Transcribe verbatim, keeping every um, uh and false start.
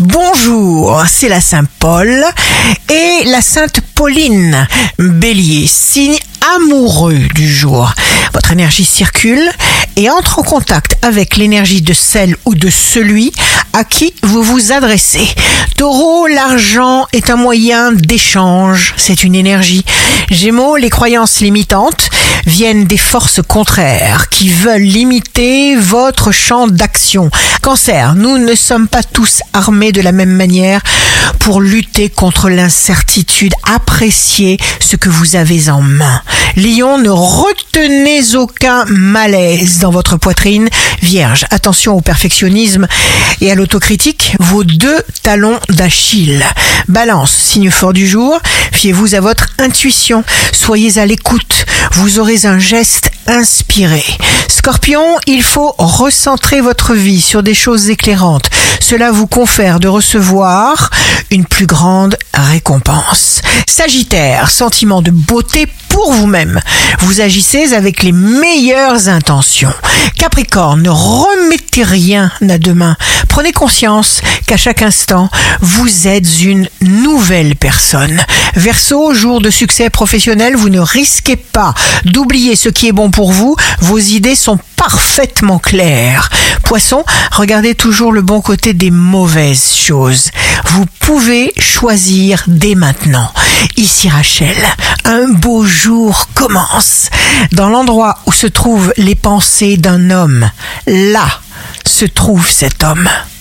Bonjour, c'est la Saint-Paul et la Sainte Pauline. Bélier, signe amoureux du jour. Votre énergie circule et entre en contact avec l'énergie de celle ou de celui à qui vous vous adressez. Taureau, l'argent est un moyen d'échange, c'est une énergie. Gémeaux, les croyances limitantes viennent des forces contraires qui veulent limiter votre champ d'action. Cancer, nous ne sommes pas tous armés de la même manière pour lutter contre l'incertitude. Appréciez ce que vous avez en main. Lion, ne retenez aucun malaise dans votre poitrine. Vierge, attention au perfectionnisme et à l'autocritique, vos deux talons d'Achille. Balance, signe fort du jour, fiez-vous à votre intuition, soyez à l'écoute, vous aurez un geste inspiré. Scorpion, il faut recentrer votre vie sur des choses éclairantes. Cela vous confère de recevoir une plus grande récompense. Sagittaire, sentiment de beauté pour vous-même. Vous agissez avec les meilleures intentions. Capricorne, ne remettez rien à demain. Prenez conscience qu'à chaque instant, vous êtes une nouvelle personne. Verseau, jour de succès professionnel, vous ne risquez pas d'oublier ce qui est bon pour vous. Vos idées sont parfaitement claires. Poisson, regardez toujours le bon côté des mauvaises choses. Vous pouvez choisir dès maintenant. Ici Rachel, un beau jour commence. Dans l'endroit où se trouvent les pensées d'un homme, là se trouve cet homme.